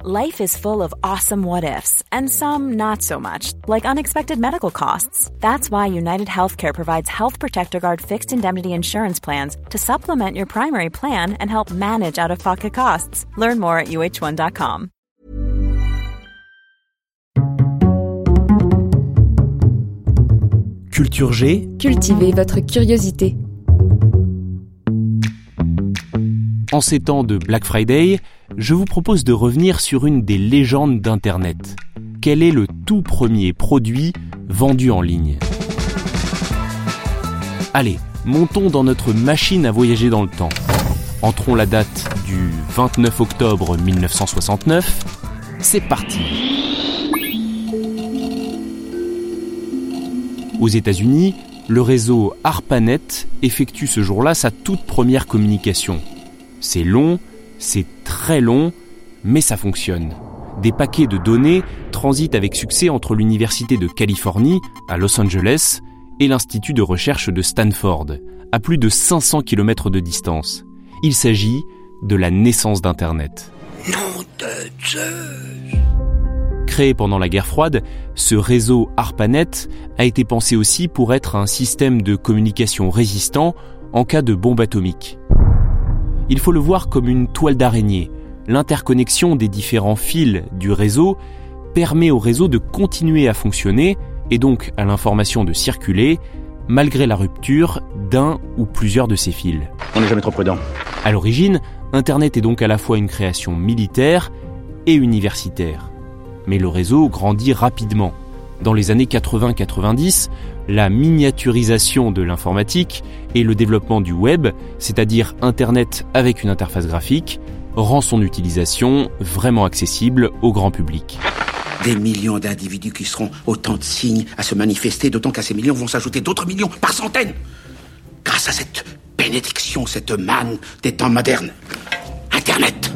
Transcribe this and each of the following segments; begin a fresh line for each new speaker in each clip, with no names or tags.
Life is full of awesome what-ifs, and some not so much, like unexpected medical costs. That's why United Healthcare provides Health Protector Guard fixed indemnity insurance plans to supplement your primary plan and help manage out-of-pocket costs. Learn more at uh1.com.
Culture G.
Cultivez votre curiosité.
En ces temps de Black Friday, je vous propose de revenir sur une des légendes d'Internet. Quel est le tout premier produit vendu en ligne ? Allez, montons dans notre machine à voyager dans le temps. Entrons la date du 29 octobre 1969. C'est parti ! Aux États-Unis, le réseau ARPANET effectue ce jour-là sa toute première communication. C'est long, c'est très long, mais ça fonctionne. Des paquets de données transitent avec succès entre l'Université de Californie, à Los Angeles, et l'Institut de recherche de Stanford, à plus de 500 km de distance. Il s'agit de la naissance d'Internet.
Nom de Zeus !
Créé pendant la guerre froide, ce réseau ARPANET a été pensé aussi pour être un système de communication résistant en cas de bombe atomique. Il faut le voir comme une toile d'araignée. L'interconnexion des différents fils du réseau permet au réseau de continuer à fonctionner et donc à l'information de circuler malgré la rupture d'un ou plusieurs de ces fils.
On n'est jamais trop prudent.
À l'origine, Internet est donc à la fois une création militaire et universitaire. Mais le réseau grandit rapidement. Dans les années 80-90, la miniaturisation de l'informatique et le développement du web, c'est-à-dire Internet avec une interface graphique, rend son utilisation vraiment accessible au grand public.
Des millions d'individus qui seront autant de signes à se manifester, d'autant qu'à ces millions vont s'ajouter d'autres millions par centaines. Grâce à cette bénédiction, cette manne des temps modernes. Internet.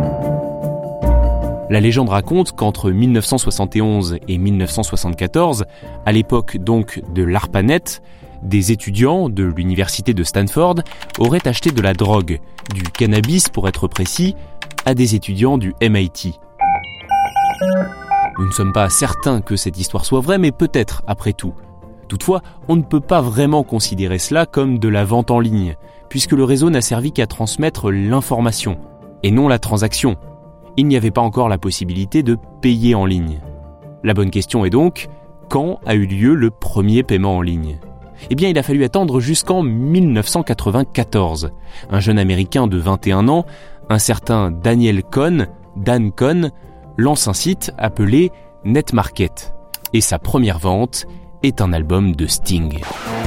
La légende raconte qu'entre 1971 et 1974, à l'époque donc de l'ARPANET, des étudiants de l'université de Stanford auraient acheté de la drogue, du cannabis pour être précis, à des étudiants du MIT. Nous ne sommes pas certains que cette histoire soit vraie, mais peut-être après tout. Toutefois, on ne peut pas vraiment considérer cela comme de la vente en ligne, puisque le réseau n'a servi qu'à transmettre l'information, et non la transaction. Il n'y avait pas encore la possibilité de payer en ligne. La bonne question est donc, quand a eu lieu le premier paiement en ligne ? Eh bien, il a fallu attendre jusqu'en 1994. Un jeune Américain de 21 ans, un certain Dan Cohn, lance un site appelé NetMarket. Et sa première vente est un album de Sting.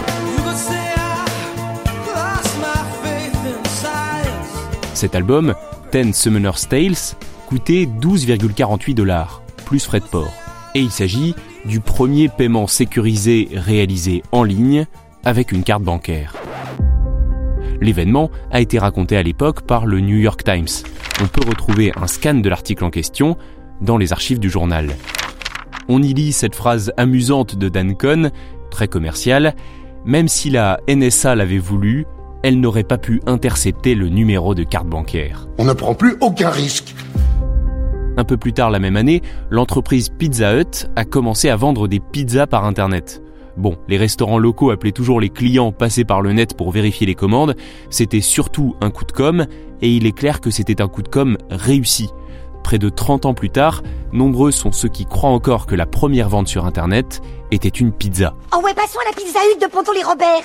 Cet album, 10 Summoner's Tales, coûtait 12,48$, plus frais de port. Et il s'agit du premier paiement sécurisé réalisé en ligne avec une carte bancaire. L'événement a été raconté à l'époque par le New York Times. On peut retrouver un scan de l'article en question dans les archives du journal. On y lit cette phrase amusante de Dan Cohn, très commerciale, « Même si la NSA l'avait voulu, elle n'aurait pas pu intercepter le numéro de carte bancaire. »
On ne prend plus aucun risque.
Un peu plus tard la même année, l'entreprise Pizza Hut a commencé à vendre des pizzas par Internet. Bon, les restaurants locaux appelaient toujours les clients passés par le net pour vérifier les commandes. C'était surtout un coup de com', et il est clair que c'était un coup de com' réussi. Près de 30 ans plus tard, nombreux sont ceux qui croient encore que la première vente sur Internet était une pizza.
Oh ouais, passons à la Pizza Hut de Ponton-les-Robert.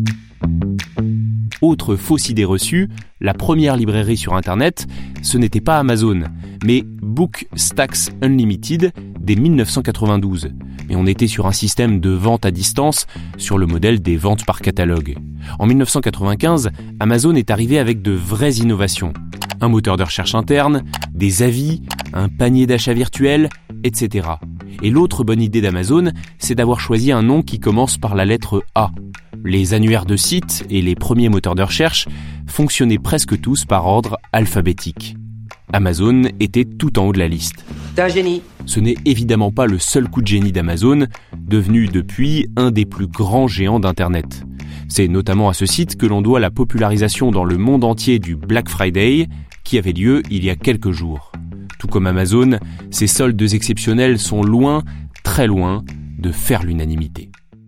Autre fausse idée reçue, la première librairie sur Internet, ce n'était pas Amazon, mais Bookstacks Unlimited dès 1992. Mais on était sur un système de vente à distance sur le modèle des ventes par catalogue. En 1995, Amazon est arrivé avec de vraies innovations. Un moteur de recherche interne, des avis, un panier d'achat virtuel, etc. Et l'autre bonne idée d'Amazon, c'est d'avoir choisi un nom qui commence par la lettre A. Les annuaires de sites et les premiers moteurs de recherche fonctionnaient presque tous par ordre alphabétique. Amazon était tout en haut de la liste.
T'es un génie.
Ce n'est évidemment pas le seul coup de génie d'Amazon, devenu depuis un des plus grands géants d'Internet. C'est notamment à ce site que l'on doit la popularisation dans le monde entier du Black Friday, qui avait lieu il y a quelques jours. Tout comme Amazon, ces soldes exceptionnels sont loin, très loin, de faire l'unanimité.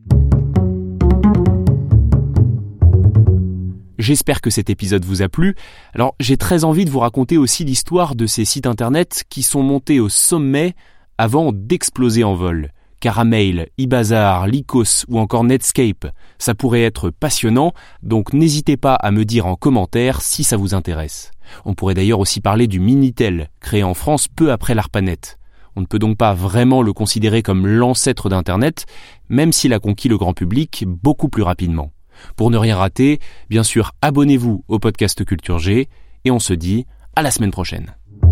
J'espère que cet épisode vous a plu. Alors, j'ai très envie de vous raconter aussi l'histoire de ces sites internet qui sont montés au sommet avant d'exploser en vol. Caramel, eBazaar, Lycos ou encore Netscape. Ça pourrait être passionnant, donc n'hésitez pas à me dire en commentaire si ça vous intéresse. On pourrait d'ailleurs aussi parler du Minitel, créé en France peu après l'ARPANET. On ne peut donc pas vraiment le considérer comme l'ancêtre d'Internet, même s'il a conquis le grand public beaucoup plus rapidement. Pour ne rien rater, bien sûr, abonnez-vous au podcast Culture G et on se dit à la semaine prochaine.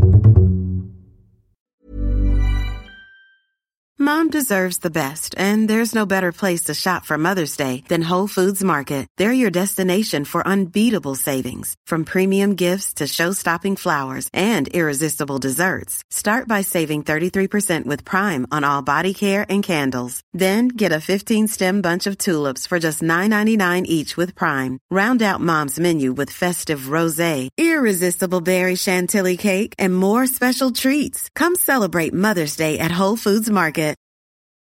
Mom deserves the best, and there's no better place to shop for Mother's Day than Whole Foods Market. They're your destination for unbeatable savings, from premium gifts to show-stopping flowers and irresistible desserts. Start by saving 33% with Prime on all body care and candles. Then get a 15-stem bunch of tulips for just $9.99 each with Prime. Round out Mom's menu with festive rosé, irresistible berry chantilly cake, and more special treats. Come celebrate Mother's Day at Whole Foods Market.